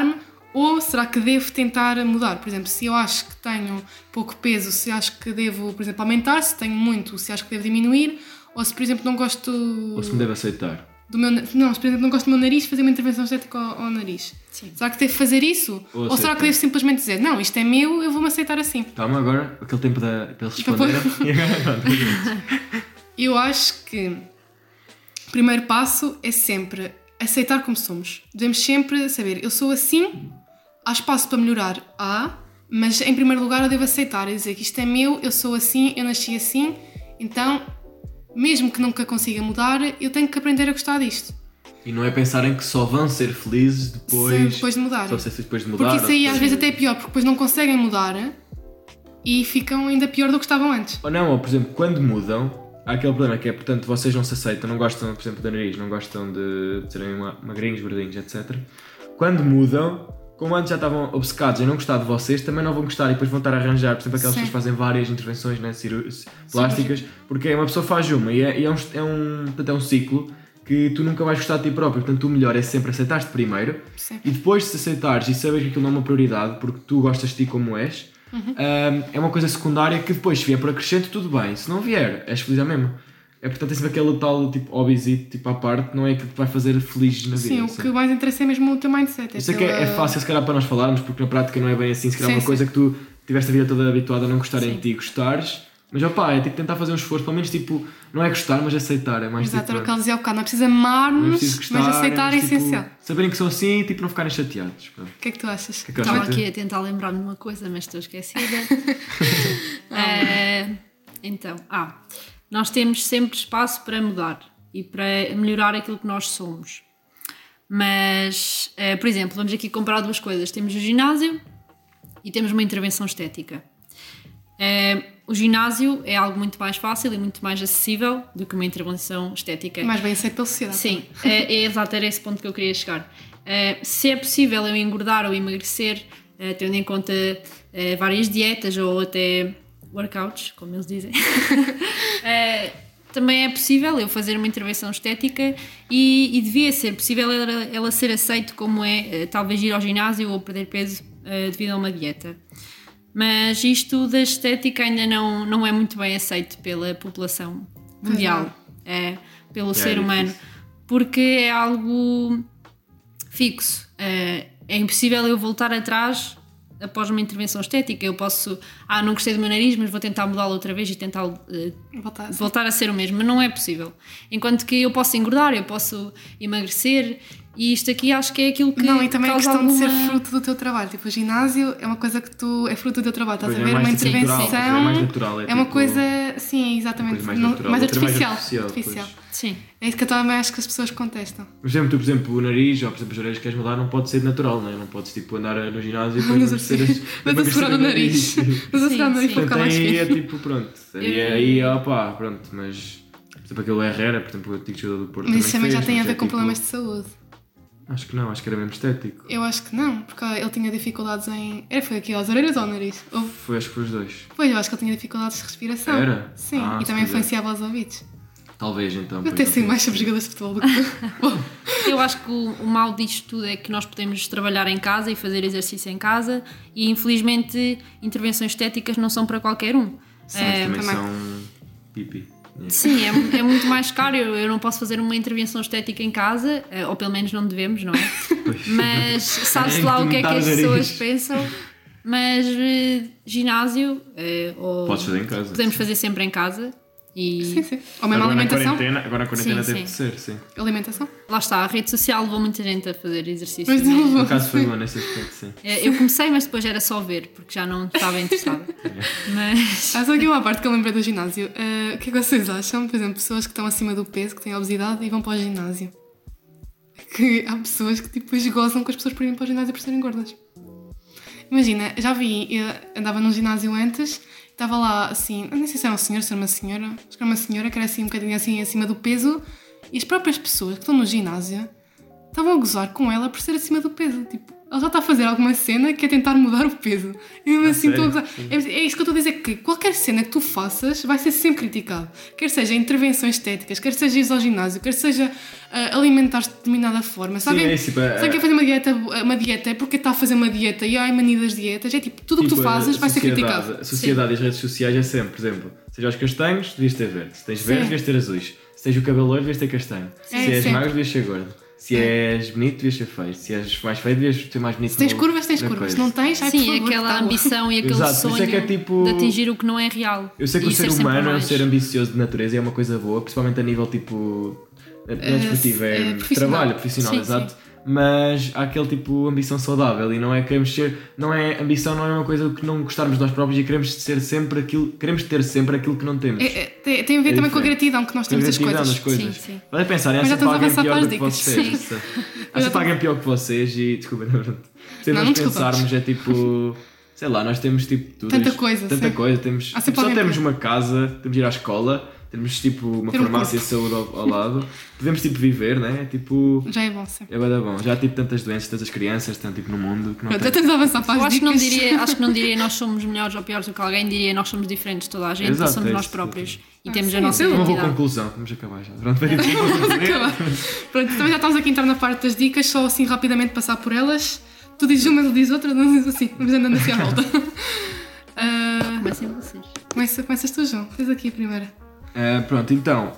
Ou será que devo tentar mudar? Por exemplo, se eu acho que tenho pouco peso, se acho que devo, por exemplo, aumentar, se tenho muito, se acho que devo diminuir, ou se, por exemplo, não gosto Ou se me deve aceitar. Não, se por exemplo não gosto do meu nariz, fazer uma intervenção estética ao nariz. Sim. Será que devo fazer isso? Ou será que devo simplesmente dizer, não, isto é meu, eu vou-me aceitar assim? Calma agora, aquele tempo para eles responderem. E agora, pronto. Eu acho que o primeiro passo é sempre aceitar como somos. Devemos sempre saber, eu sou assim, há espaço para melhorar, mas em primeiro lugar eu devo aceitar e dizer que isto é meu, eu sou assim, eu nasci assim, então, mesmo que nunca consiga mudar, eu tenho que aprender a gostar disto. E não é pensarem que só vão ser felizes depois de mudar. Só ser felizes depois de mudar. Porque isso aí às vezes até é pior, porque depois não conseguem mudar e ficam ainda pior do que estavam antes. Ou não, ou por exemplo, quando mudam, há aquele problema que é, portanto, vocês não se aceitam, não gostam, por exemplo, do nariz, não gostam de serem magrinhos, gordinhos, etc. Quando mudam, como antes já estavam obcecados em não gostar de vocês, também não vão gostar e depois vão estar a arranjar, por exemplo, aquelas pessoas que fazem várias intervenções, né, plásticas, porque uma pessoa faz uma e é um ciclo que tu nunca vais gostar de ti próprio, portanto o melhor é sempre aceitar-te primeiro. Sim. E depois se aceitares e saberes que aquilo não é uma prioridade porque tu gostas de ti como és, é uma coisa secundária que depois se vier por acrescento tudo bem, se não vier és feliz à mesma. É portanto é sempre aquele tal tipo hobbyzito tipo à parte, não é aquilo que te vai fazer feliz na vida. Sim, o que mais interessa é mesmo o teu mindset. Eu sei que é fácil se calhar para nós falarmos porque na prática não é bem assim, se calhar é uma coisa que tu tiveste a vida toda habituada a não gostar em ti e gostares. Mas opá, é tipo tentar fazer um esforço, pelo menos tipo, não é gostar, mas aceitar, é mais exato, tipo... era o que ela dizia há bocado, não é preciso amar-nos, mas aceitar é essencial. Saberem que são assim e tipo não ficarem chateados. O que é que tu achas? Que é que Estava aqui a tentar lembrar-me de uma coisa, mas estou esquecida. Então, nós temos sempre espaço para mudar e para melhorar aquilo que nós somos. Mas, por exemplo, vamos aqui comparar duas coisas. Temos o ginásio e temos uma intervenção estética. O ginásio é algo muito mais fácil e muito mais acessível do que uma intervenção estética. Mais bem aceito pela sociedade. Sim, exato, era esse ponto que eu queria chegar. Se é possível eu engordar ou emagrecer, tendo em conta várias dietas ou até workouts, como eles dizem, também é possível eu fazer uma intervenção estética e devia ser possível ela ser aceita como talvez ir ao ginásio ou perder peso devido a uma dieta. Mas isto da estética ainda não é muito bem aceito pela população mundial, pelo ser humano, porque é algo fixo. É impossível eu voltar atrás após uma intervenção estética. Eu posso, não gostei do meu nariz, mas vou tentar mudá-lo outra vez e tentar voltar a ser o mesmo, mas não é possível. Enquanto que eu posso engordar, eu posso emagrecer. E isto aqui acho que é aquilo que e também é questão de ser alguma... fruto do teu trabalho. Tipo, o ginásio é uma coisa que é fruto do teu trabalho. Estás a ver? É Uma intervenção natural, é mais natural. É uma coisa, sim, exatamente, mais artificial. Sim. É isso que eu também acho que as pessoas contestam. Por exemplo, o nariz ou por exemplo as orelhas que queres mudar não pode ser natural, não é? Não podes tipo andar no ginásio e depois mas a segurar o nariz. Mas a segurar o nariz para ficar mais fino. Aí é tipo, pronto. Aí pronto, mas por exemplo aquele Herrera, por exemplo o antigo jogador do Porto. Mas isso também já tem a ver com tipo, problemas de saúde. Acho que não, acho que era mesmo estético. Eu acho que não, porque ele tinha dificuldades em... Foi aqui às orelhas ou ao nariz? Acho que foi os dois. Pois, eu acho que ele tinha dificuldades de respiração. Era? Sim, e também influenciava os ouvidos. Talvez então. Eu até sei mais sobre jogadores de futebol do que eu acho que o mal disto tudo é que nós podemos trabalhar em casa e fazer exercício em casa e infelizmente intervenções estéticas não são para qualquer um. Sim, também são pipi. Sim, é muito mais caro. Eu não posso fazer uma intervenção estética em casa, ou pelo menos não devemos, não é? Mas sabe-se lá o que é que as pessoas pensam. Mas ginásio, podes fazer em casa. Podemos fazer sempre em casa. Sim. Ou mesmo alimentação. Agora na quarentena deve de ser, sim. Alimentação. Lá está, a rede social levou muita gente a fazer exercício. Mas não, no caso foi uma nesse aspecto, sim. Eu comecei, mas depois era só ver, porque já não estava interessada. Mas... só aqui uma parte que eu lembrei do ginásio. O que é que vocês acham? Por exemplo, pessoas que estão acima do peso, que têm obesidade e vão para o ginásio. Que há pessoas que depois gozam com as pessoas por irem para o ginásio por serem gordas. Imagina, já vi, eu andava num ginásio antes, estava lá assim, não sei se era um senhor, se era uma senhora, acho que era uma senhora que era assim um bocadinho assim acima do peso, e as próprias pessoas que estão no ginásio estavam a gozar com ela por ser acima do peso. Tipo, ela já está a fazer alguma cena que é tentar mudar o peso. E mesmo assim estou a gozar. É isso que eu estou a dizer, que qualquer cena que tu faças vai ser sempre criticado. Quer seja intervenções estéticas, quer seja ir ao ginásio, quer seja alimentar-se de determinada forma. Se alguém quer fazer uma dieta é porque está a fazer uma dieta e ai, mania das dietas. É tipo, tudo o que tu fazes vai ser criticado. A sociedade e as redes sociais é sempre, por exemplo, se tens os castanhos, devias ter verde. Se tens verde, devias ter azuis. Se tens o cabelo loiro, devias ter castanho. Se és magro, devias ser gordo. Se és bonito, devias ser feio. Se és mais feio, devias ser mais bonito. Se tens curvas, tens curvas. Se não tens, ai, sim, por favor, aquela ambição e aquele sonho é tipo... de atingir o que não é real. Eu sei que o ser humano é um ser ambicioso de natureza e é uma coisa boa, principalmente a nível tipo... Não é desportivo, é trabalho profissional, sim, exato. Sim. Mas há aquele tipo ambição saudável e não é queremos ser, não é ambição, não é uma coisa que não gostarmos de nós próprios e queremos ter sempre aquilo que não temos. Tem a ver também com a gratidão que nós temos das coisas. Sim, sim. Podem pensar, é sempre alguém pior do que vocês. Há sempre alguém pior que vocês e desculpa, se nós pensarmos é tipo, sei lá, nós temos tipo tudo tanta coisa, temos, só temos uma casa, temos de ir à escola. Temos tipo uma farmácia de saúde ao lado, podemos tipo viver, né? Tipo, já é bom, sim. É bem bom. Já há tipo tantas doenças, tantas crianças, tanto tipo no mundo que não tem. Estamos a avançar para as dicas. Acho que não diria nós somos melhores ou piores do que alguém, diria nós somos diferentes de toda a gente. Exato, somos nós próprios e temos a nossa identidade. Uma boa conclusão, vamos acabar já. Pronto, também já estamos aqui a entrar na parte das dicas, só assim rapidamente passar por elas. Tu dizes uma, ele diz outra, não diz assim, vamos andando assim à volta. Comecem vocês. Começas tu, João, fez aqui a primeira. Pronto, então,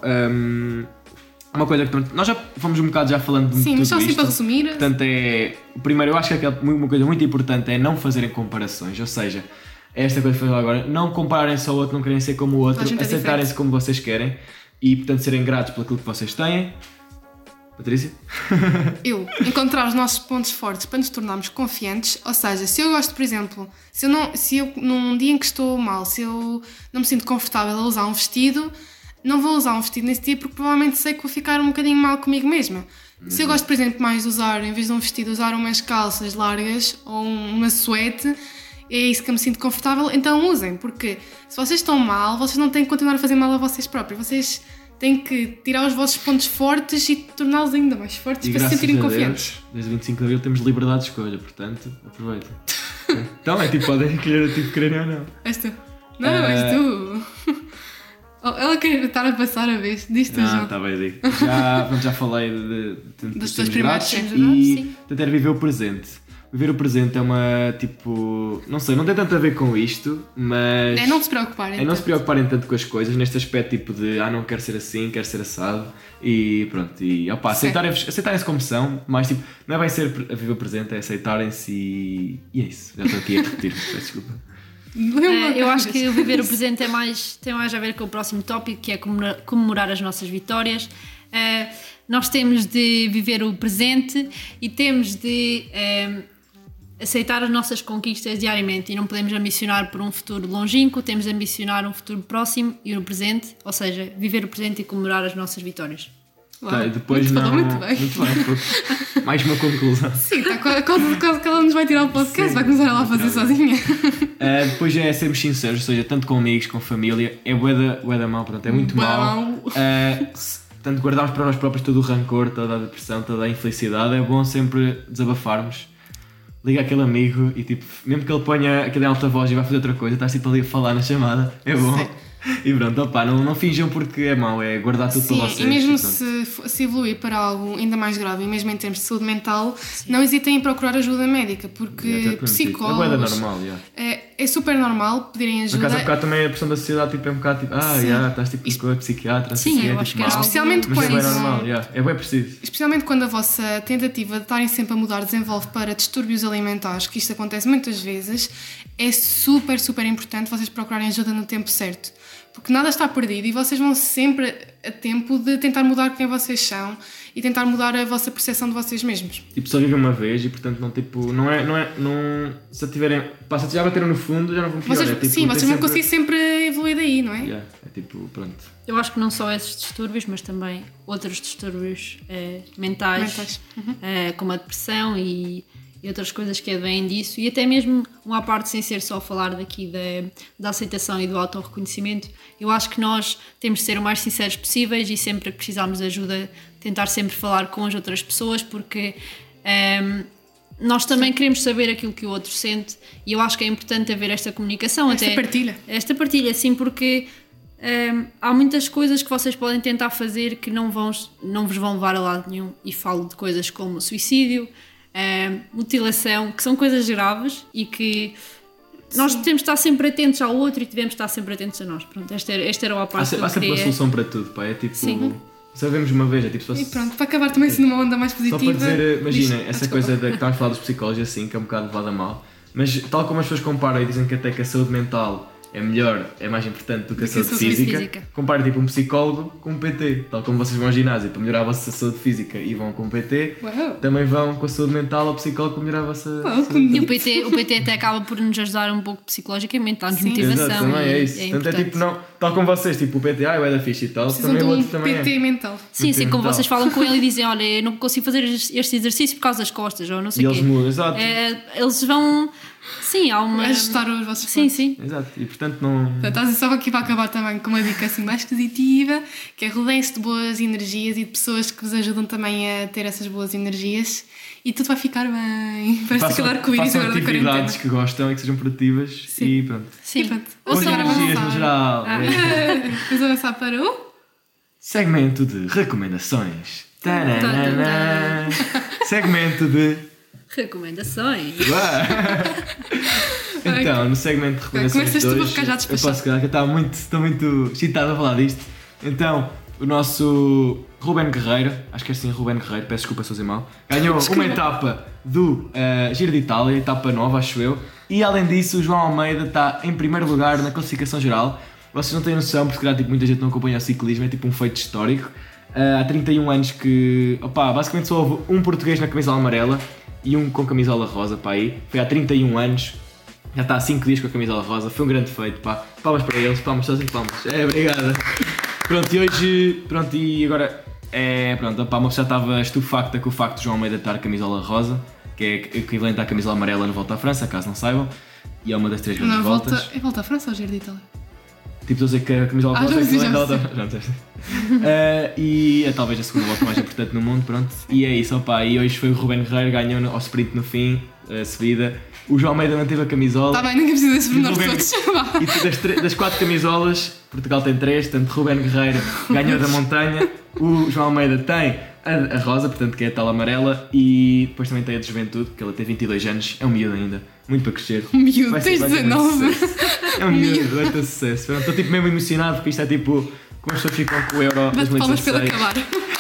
uma coisa que nós já fomos um bocado já falando de tudo isto. Sim, mas só assim para resumir. Portanto, primeiro, eu acho que uma coisa muito importante é não fazerem comparações, ou seja, esta coisa que foi agora, não compararem-se ao outro, não querem ser como o outro, aceitarem-se como vocês querem e, portanto, serem gratos por aquilo que vocês têm. Patrícia? Encontrar os nossos pontos fortes para nos tornarmos confiantes, ou seja, se eu gosto, por exemplo, se eu num dia em que estou mal, se eu não me sinto confortável a usar um vestido, não vou usar um vestido nesse dia porque provavelmente sei que vou ficar um bocadinho mal comigo mesma. Se eu gosto, por exemplo, mais de usar, em vez de um vestido, usar umas calças largas ou uma suéte, é isso que eu me sinto confortável, então usem, porque se vocês estão mal, vocês não têm que continuar a fazer mal a vocês próprios, vocês têm que tirar os vossos pontos fortes e torná-los ainda mais fortes para se sentirem confiantes. Desde 25 de Abril temos liberdade de escolha, portanto, aproveitem. Então é tipo, podem quererem ou não. És tu. Não, és tu. Ela quer estar a passar a vez. Diz tu, João. Está bem, digo. Já falei dos teus primeiros e tentar viver o presente. Viver o presente é uma, tipo... Não sei, não tem tanto a ver com isto, mas... É não se preocuparem. É não se preocuparem tanto com as coisas, neste aspecto tipo de... não quero ser assim, quero ser assado. E pronto, e opá, aceitarem-se como são, mas tipo... Não é bem ser a viver o presente, é aceitarem-se e é isso. Já estou aqui a repetir, peço desculpa. Eu acho que o viver o presente tem mais a ver com o próximo tópico, que é comemorar as nossas vitórias. Nós temos de viver o presente e temos de... aceitar as nossas conquistas diariamente e não podemos ambicionar por um futuro longínquo, temos de ambicionar um futuro próximo e no presente, ou seja, viver o presente e comemorar as nossas vitórias. Uau, depois muito bem. Mais uma conclusão. Sim, quase que ela nos vai tirar o podcast, vai começar ela a fazer sozinha. Depois é sermos sinceros, ou seja, tanto com amigos, com família, é bué da mal, pronto, é muito mal. Portanto, guardarmos para nós próprios todo o rancor, toda a depressão, toda a infelicidade, é bom sempre desabafarmos. Liga aquele amigo e tipo, mesmo que ele ponha aquele alta voz e vai fazer outra coisa, estás tipo ali a falar na chamada, é bom. Sim. E pronto, opá, não finjam porque é mau, é guardar tudo para vocês. E mesmo se evoluir para algo ainda mais grave, e mesmo em termos de saúde mental, não hesitem em procurar ajuda médica, porque psicólogos... É normal, é super normal pedirem ajuda. Por acaso, bocado também a pressão da sociedade tipo, é um bocado tipo, estás tipo com a psiquiatra, sim, eu acho que é especialmente quando... Mas é bem normal, é bem preciso. Especialmente quando a vossa tentativa de estarem sempre a mudar desenvolve para distúrbios alimentares, que isto acontece muitas vezes, é super, super importante vocês procurarem ajuda no tempo certo. Porque nada está perdido e vocês vão sempre a tempo de tentar mudar quem vocês são e tentar mudar a vossa percepção de vocês mesmos. Tipo, só vivem uma vez e portanto se tiverem, se já bateram no fundo já não vão pior. Vocês vão conseguir sempre evoluir daí, não é? É tipo, pronto. Eu acho que não só esses distúrbios, mas também outros distúrbios mentais. Como a depressão e outras coisas que advêm disso, e até mesmo uma parte sem ser só falar daqui da aceitação e do autorreconhecimento. Eu acho que nós temos de ser o mais sinceros possíveis e sempre que precisarmos de ajuda tentar sempre falar com as outras pessoas, porque nós também queremos saber aquilo que o outro sente, e eu acho que é importante haver esta comunicação. Esta partilha, sim, porque há muitas coisas que vocês podem tentar fazer que não vos vão levar a lado nenhum, e falo de coisas como suicídio, mutilação, que são coisas graves e que nós temos de estar sempre atentos ao outro e devemos estar sempre atentos a nós. Pronto, esta era a parte que eu queria. Há sempre uma solução para tudo, pá. É tipo... Sim. Só vemos uma vez, é tipo... E pronto, para acabar também assim numa onda mais positiva... Só para dizer, imagina, essa coisa que estamos a falar dos psicólogos assim, que é um bocado levada a mal, mas tal como as pessoas comparam e dizem que até que a saúde mental é melhor, é mais importante do que a saúde física. Compara tipo um psicólogo com um PT. Tal como vocês vão ao ginásio para melhorar a vossa saúde física e vão com um PT, também vão com a saúde mental ao psicólogo para melhorar a vossa saúde. E o PT até acaba por nos ajudar um pouco psicologicamente, dá-nos motivação. Exato, também é isso. Portanto, é tipo, não, tal como vocês, tipo o PT, é da fixe e tal, também o outro também PT mental. Sim, assim como vocês falam com ele e dizem, olha, eu não consigo fazer este exercício por causa das costas, ou não sei o quê. E eles mudam, exato. Eles vão... Sim, há uma... ajustar os vossos pontos. Sim. Exato, e portanto não... Estás só aqui para acabar também com uma dica assim mais positiva, que é rodeiem-se de boas energias e de pessoas que vos ajudam também a ter essas boas energias, e tudo vai ficar bem. Parece aquele arco-íris agora da quarentena. Atividades que gostam e que sejam produtivas. Sim. E pronto. Sim. E pronto. Boas energias no geral. Vamos avançar para o... segmento de recomendações. Segmento de... recomendações. Então, no segmento de recomendações de hoje, eu posso quedar que estou muito excitado a falar disto. Então, o nosso Ruben Guerreiro, acho que é assim, Ruben Guerreiro, peço desculpa se eu usei mal, ganhou uma etapa do Giro de Itália, etapa nova, acho eu, e além disso o João Almeida está em primeiro lugar na classificação geral. Vocês não têm noção, porque tipo, muita gente não acompanha o ciclismo, é tipo um feito histórico. Há 31 anos que, basicamente só houve um português na camisola amarela e um com camisola rosa, pá, aí. Foi há 31 anos, já está há 5 dias com a camisola rosa, foi um grande feito, pá. Palmas para eles, palmas, só assim palmas. Obrigada. Pronto, e hoje, e agora, uma pessoa já estava estupefacta com o facto de João Almeida estar a camisola rosa, que é equivalente à camisola amarela no Volta à França, caso não saibam, e é uma das 3 grandes voltas. É Volta à França ou Giro de Itália? Tipo, estou a dizer que a camisola rosa é equivalente à outra. E é talvez a segunda volta mais importante no mundo, pronto. E é isso, e hoje foi o Ruben Guerreiro, ganhou ao sprint no fim, a subida. O João Almeida manteve a camisola. Está bem, ninguém precisa desses pormenores E todos. das 4 camisolas, Portugal tem 3, portanto Ruben Guerreiro ganhou da montanha, o João Almeida tem a rosa, portanto que é a tal amarela, e depois também tem a de juventude, que ela tem 22 anos, é um miúdo ainda, muito para crescer. Miúdo, tens 19. É um miúdo, vai ter sucesso. Estou tipo mesmo emocionado porque isto é tipo, como as pessoas ficam com o Euro 2016. Palmas pelo acabar.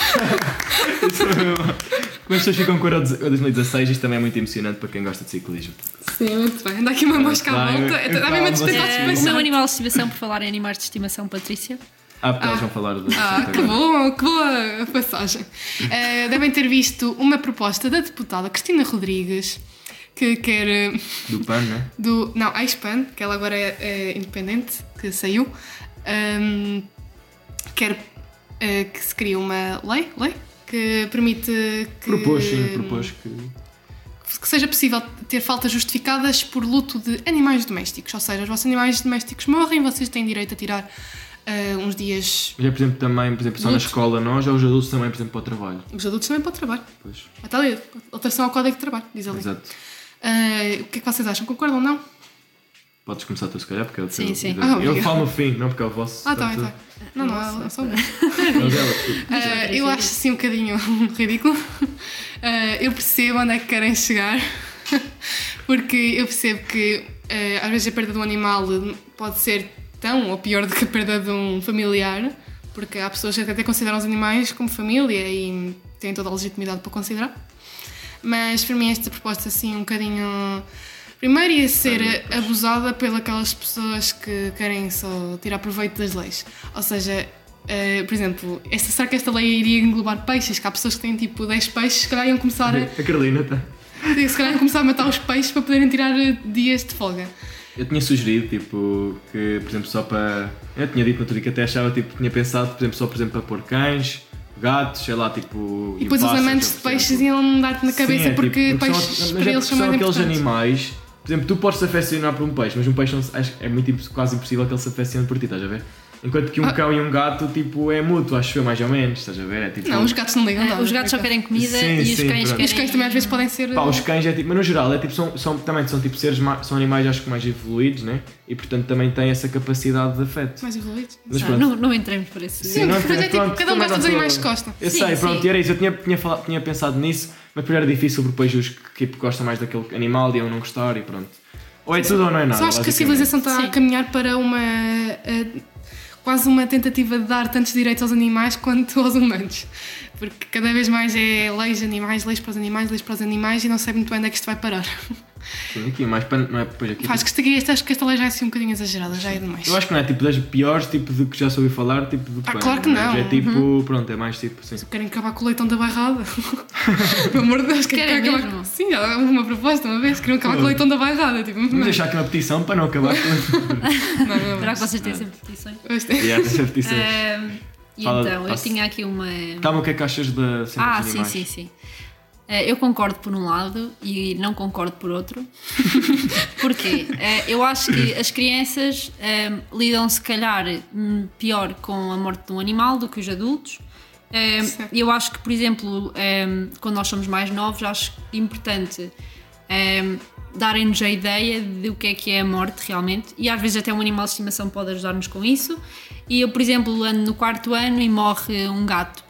Como as pessoas ficam com o Euro 2016, isto também é muito emocionante para quem gosta de ciclismo. Sim, muito bem. Anda aqui uma mosca à volta. Dá-me uma despertar. O meu animal de estimação, por falar em animais de estimação, Patrícia. Porque elas vão falar do... que boa passagem. Devem ter visto uma proposta da deputada Cristina Rodrigues, que quer... Do PAN, não é? Não, a ex-PAN, que ela agora é independente, que saiu. Quer que se crie uma lei que permite que... Propôs que seja possível ter faltas justificadas por luto de animais domésticos. Ou seja, os vossos animais domésticos morrem, vocês têm direito a tirar uns dias... Mas por exemplo, só na escola nós, ou os adultos também, por exemplo, para o trabalho? Os adultos também para o trabalho. Pois. Até ali, alteração ao Código de Trabalho, diz ali. Exato. O que é que vocês acham? Concordam ou não? Podes começar tu, se calhar, porque é o Sim, sim. Eu falo no fim, não porque é o vosso. Tá bem. Não, é só bom. Eu acho assim um bocadinho ridículo. Eu percebo onde é que querem chegar, porque eu percebo que às vezes a perda de um animal pode ser tão ou pior do que a perda de um familiar, porque há pessoas que até consideram os animais como família e têm toda a legitimidade para considerar. Mas para mim esta proposta assim um bocadinho... Primeiro ia ser abusada pelas pessoas que querem só tirar proveito das leis. Ou seja, por exemplo, será que esta lei iria englobar peixes? Que há pessoas que têm tipo 10 peixes, se calhar iam começar a Carolina tá. Se calhar iam começar a matar os peixes para poderem tirar dias de folga. Eu tinha sugerido, tipo, que, por exemplo, só para... Eu tinha dito no outro dia que até achava, tipo, tinha pensado, por exemplo, para pôr cães, gatos, sei lá, tipo... E depois os amantes de peixes iam dar-te na cabeça porque peixes para eles são mais importantes. Aqueles animais... Por exemplo, tu podes te afeccionar por um peixe, mas um peixe é quase impossível que ele se afeccione por ti, estás a ver? Enquanto que um cão e um gato, tipo, é mútuo, acho eu, mais ou menos, estás a ver? É, tipo, Não, os gatos não ligam nada. Os gatos só querem comida Sim, e os sim, cães pronto. querem... Os cães também às vezes podem ser. Pá, os cães é tipo, mas no geral, é tipo, também são tipo seres, são animais acho que mais evoluídos, né? E portanto também têm essa capacidade de afeto. Mais evoluídos. Mas Ah, pronto. não entremos por esse... Sim, não, mas é tipo, pronto, cada um também gosta dos não animais sou- que gosta. Eu Sim, sei, pronto, sim. e era isso, eu tinha pensado nisso, mas depois era difícil porque depois os que tipo, gostam mais daquele animal iam não gostar e pronto. Ou é tudo ou não é nada. Só acho que a basicamente. civilização está a Sim. caminhar para uma. Quase uma tentativa de dar tantos direitos aos animais quanto aos humanos. Porque cada vez mais é leis de animais, leis para os animais, leis para os animais e não sei muito bem onde é que isto vai parar. Sim, aqui, mas não é depois aqui. Acho que esta lei já é assim um bocadinho exagerada, já é demais. Eu acho que não é tipo das piores, tipo de que já soube falar, tipo do pano, claro que mas não. É tipo, pronto, é mais tipo assim. Querem acabar com o leitão da bairrada? Pelo amor de Deus, Querem acabar. mesmo? Sim, há uma proposta uma vez, queriam acabar com o leitão da bairrada. Tipo, Vamos deixar aqui uma petição para não acabar com não, Será que vocês têm sempre petições? essa petição. E Fala- então, eu passa- tinha aqui uma... Calma, o que é que achas da sempre Ah, dos sim, animais? sim. Eu concordo por um lado e não concordo por outro. Porquê? Eu acho que as crianças lidam se calhar pior com a morte de um animal do que os adultos. Eu acho que, por exemplo, quando nós somos mais novos, acho importante darem-nos a ideia do que é a morte realmente, e às vezes até um animal de estimação pode ajudar-nos com isso. E eu, por exemplo, ando no 4º ano e morre um gato.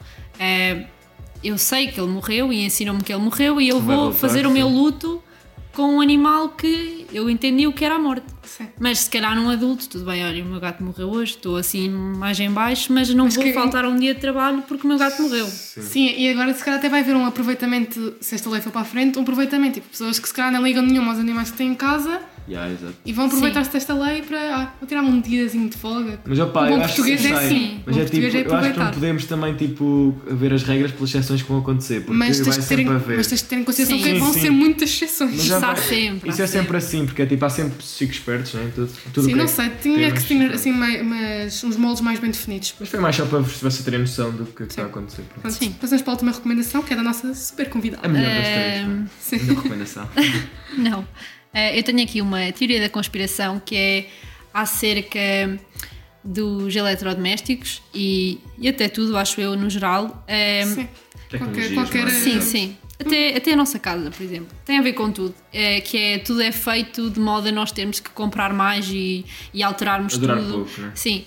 Eu sei que ele morreu e ensinam-me que ele morreu e eu Vai vou voltar, fazer o meu sim. luto com um animal que eu entendi o que era a morte. Sim. Mas se calhar num adulto, tudo bem, olha, o meu gato morreu hoje, estou assim mais em baixo, mas não vou que- faltar a um dia de trabalho porque o meu gato morreu. Sim, e agora se calhar até vai haver um aproveitamento, se esta lei for para a frente, um aproveitamento. Tipo, pessoas que se calhar não ligam nenhum aos animais que têm em casa Yeah, exato. e vão aproveitar-se desta lei para vou tirar-me um diazinho de folga. Mas opá, O bom eu acho que português é sei, assim. mas O é bom tipo, português é eu acho que não aproveitar. podemos também tipo ver as regras pelas exceções que vão acontecer, porque Mas vai tens, de terem, sempre haver. mas tens de ter em consideração Sim. que Sim, vão sim. ser muitas exceções. Mas Isso já há vai- sempre. Isso há é sempre assim, porque é tipo, há sempre psicos espertos, né? Tudo Sim, que não é sei, tinha que temas, ter assim, mas uns moldes mais bem definidos. Mas foi mais só para vocês terem noção do que está a acontecer. Pronto. Pronto, Sim. passamos para a última recomendação, que é da nossa super convidada. A melhor das três. pá. Sim. A melhor recomendação. Não. Eu tenho aqui uma teoria da conspiração que é acerca dos eletrodomésticos e até tudo, acho eu, no geral. Sim. Tecnologias, Qualquer- não é? Sim, sim. Até a nossa casa, por exemplo. Tem a ver com tudo. Tudo é feito de modo a nós termos que comprar mais e alterarmos A durar tudo. pouco, né? Sim.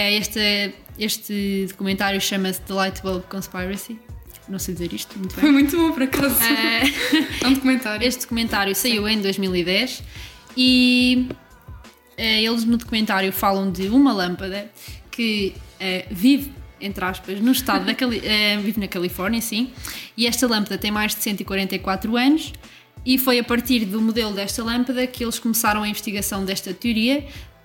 Este documentário chama-se The Light Bulb Conspiracy. Não sei dizer isto muito Foi bem. muito bom, por acaso. É um documentário. Este documentário saiu em 2010 e eles no documentário falam de uma lâmpada que vive, entre aspas, no estado vive na Califórnia, sim, e esta lâmpada tem mais de 144 anos e foi a partir do modelo desta lâmpada que eles começaram a investigação desta teoria.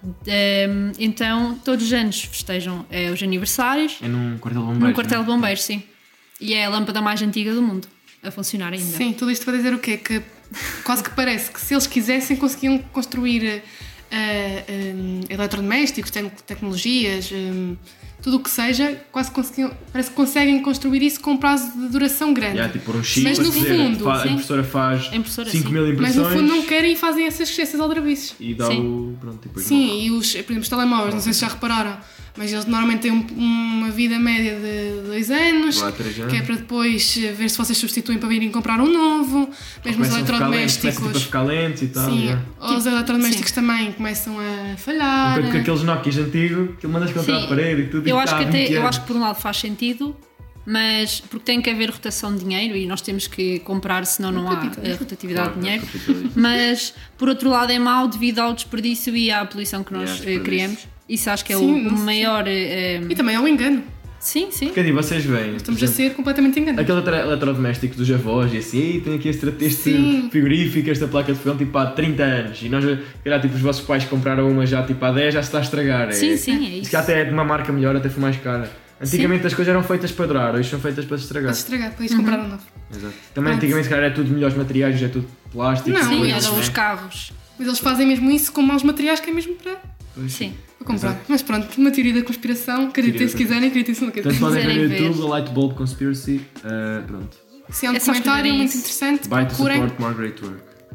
Então, todos os anos festejam os aniversários É num quartel de bombeiros. num quartel né? de bombeiros, sim. E é a lâmpada mais antiga do mundo a funcionar ainda. Sim, tudo isto para dizer o quê? Que quase que parece que se eles quisessem conseguiam construir eletrodomésticos, tecnologias, tudo o que seja, parece que conseguem construir isso com um prazo de duração grande. Yeah, tipo, por um chip, Mas no a dizer, fundo, a sim. impressora faz A impressora, 5 sim. mil Mas impressões no fundo não querem e fazem essas aldrabices. e dá Sim. o... Pronto, e depois Sim, morre. e por exemplo, os telemóveis, não sei se já repararam, mas eles normalmente têm uma vida média de 2 anos, Vai a 3 anos. que é para depois ver se vocês substituem para virem comprar um novo, mesmo os Começam a ficar lentes, começam, tipo, a eletrodomésticos. ficar lentes e tal. Sim, yeah. os eletrodomésticos também começam a falhar. Enquanto que aqueles Nokias antigos, que mandas contra Sim. a parede e tudo. Eu e acho tá, que 20 eu anos. acho que por um lado faz sentido, mas porque tem que haver rotação de dinheiro e nós temos que comprar, senão não há rotatividade Claro, de dinheiro. capitalismo. Mas por outro lado é mau devido ao desperdício e à poluição que nós Yeah, desperdício. criamos. Isso acho que é Sim, o não sei. maior. E também é um engano. Sim, sim. Porque aí vocês veem. Estamos a ser completamente enganados. Aquele eletrodoméstico dos avós e assim, "Ei, tem aqui este Sim. frigorífico, esta placa de fogão tipo há 30 anos e nós, calhar, tipo, os vossos pais compraram uma já tipo há 10, já se está a estragar. Sim, sim, é Se isso. calhar até é de uma marca melhor, até foi mais cara. Antigamente as coisas eram feitas para durar, hoje são feitas para se estragar. Para se estragar, para eles comprar um novo. Exato. Também antigamente se calhar era tudo melhores materiais, hoje é tudo plástico. Não, Sim, eles- eram os carros. Mas eles fazem mesmo isso com maus materiais que é mesmo para Sim. comprar. Exato. Mas pronto, uma teoria da conspiração, acreditem se Teoria da quiserem, acreditem se não Portanto quiserem. podem ver no quiserem YouTube a Light Bulb Conspiracy. Pronto. Se é um É só documentário escreverem muito isso. interessante, By to procurem. support more great work.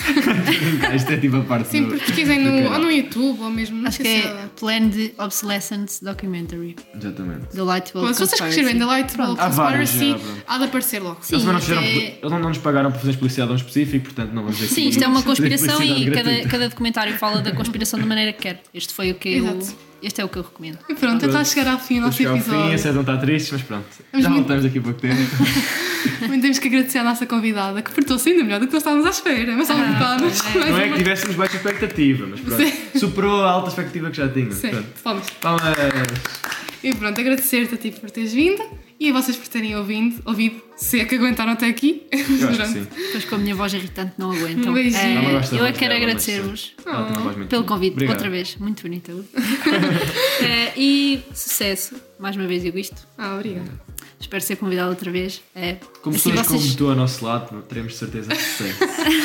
Isto é tipo a parte Sim, porque pesquisem ou no YouTube ou mesmo. Não Acho que sei se é Planned Obsolescence Documentary. Exatamente. The Light Bulb Bom, se vocês Conspiracy. escreverem The Light Bulb Há vários, Conspiracy, pronto. há de aparecer logo. Sim, Eles, isto é- eles não nos pagaram por fazer publicidade a um específico, portanto não vamos dizer Sim, isto é uma conspiração publicidade e gratuita. cada documentário fala da conspiração da maneira que quer. Este foi o que eu. Exato. Este é o que eu recomendo. E pronto, está a chegar ao fim o Vamos nosso chegar ao fim, episódio. a César não está triste, mas pronto. Vamos Já muito- voltamos daqui a pouco tempo. Muito temos que agradecer à nossa convidada, que portou-se ainda melhor do que nós estávamos à espera. Mas salve de palmas. tá bem. Não é que tivéssemos baixa expectativa, mas pronto. Sim. Superou a alta expectativa que já tinha. Sim, Pronto. palmas. Palmas. E pronto, agradecer-te a ti por teres vindo e a vocês por terem ouvido, se é que aguentaram até aqui. Eu acho que Pronto. sim. Depois com a minha voz irritante não aguentam. Um beijinho. Não, mas gosto da eu é voz que quero dela, mas agradecer-vos sim. Ela tem uma voz muito pelo boa. convite Obrigado. outra vez. Muito bonita. E sucesso, mais uma vez digo isto. Obrigada. Espero ser convidada outra vez. Como assim pessoas como vocês- tu ao nosso lado, teremos de certeza sucesso.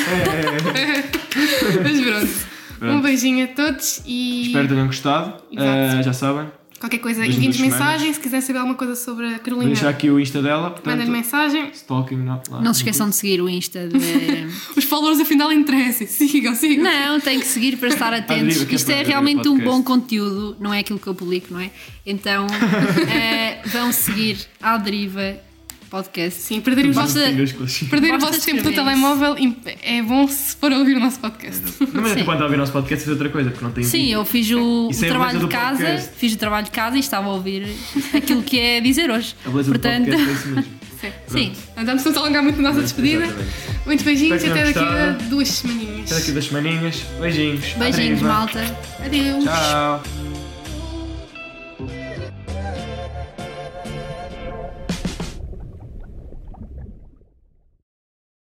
Mas pronto. Pronto. Um beijinho a todos e Espero que tenham gostado. Exato. Já sabem. qualquer coisa, Das enviem-nos duas mensagem. semanas. Se quiserem saber alguma coisa sobre a Vou Carolina, deixar aqui o Insta dela. Portanto, mandem mensagem. Stalking not lá. Não se esqueçam de seguir o Insta de... Os followers afinal interessem. Sigam. Não, tem que seguir para estar atentos. deriva, que é Isto é para realmente o um podcast. bom conteúdo, não é aquilo que eu publico, não é? Então vão seguir à deriva podcast. Sim, perderem o vosso, Basta- perder o Basta vosso tempo no escreverem-se. telemóvel é bom se for a ouvir o nosso podcast. Não, mas Sim. tu quando ouvir o nosso podcast fazer outra coisa, porque não tem Sim, vídeo. eu fiz o Isso é a trabalho beleza de do casa, podcast. fiz o trabalho de casa e estava a ouvir aquilo que é dizer hoje. A beleza Portanto, do podcast é isso mesmo. Sim. sim. Andamos a alongar muito na nossa despedida. Exatamente. Muitos beijinhos e Espero até que daqui tenham a gostado. 2 semaninhas. Até daqui a 2 semaninhas. Beijinhos. À Beijinhos, deriva. malta. Adeus. Tchau.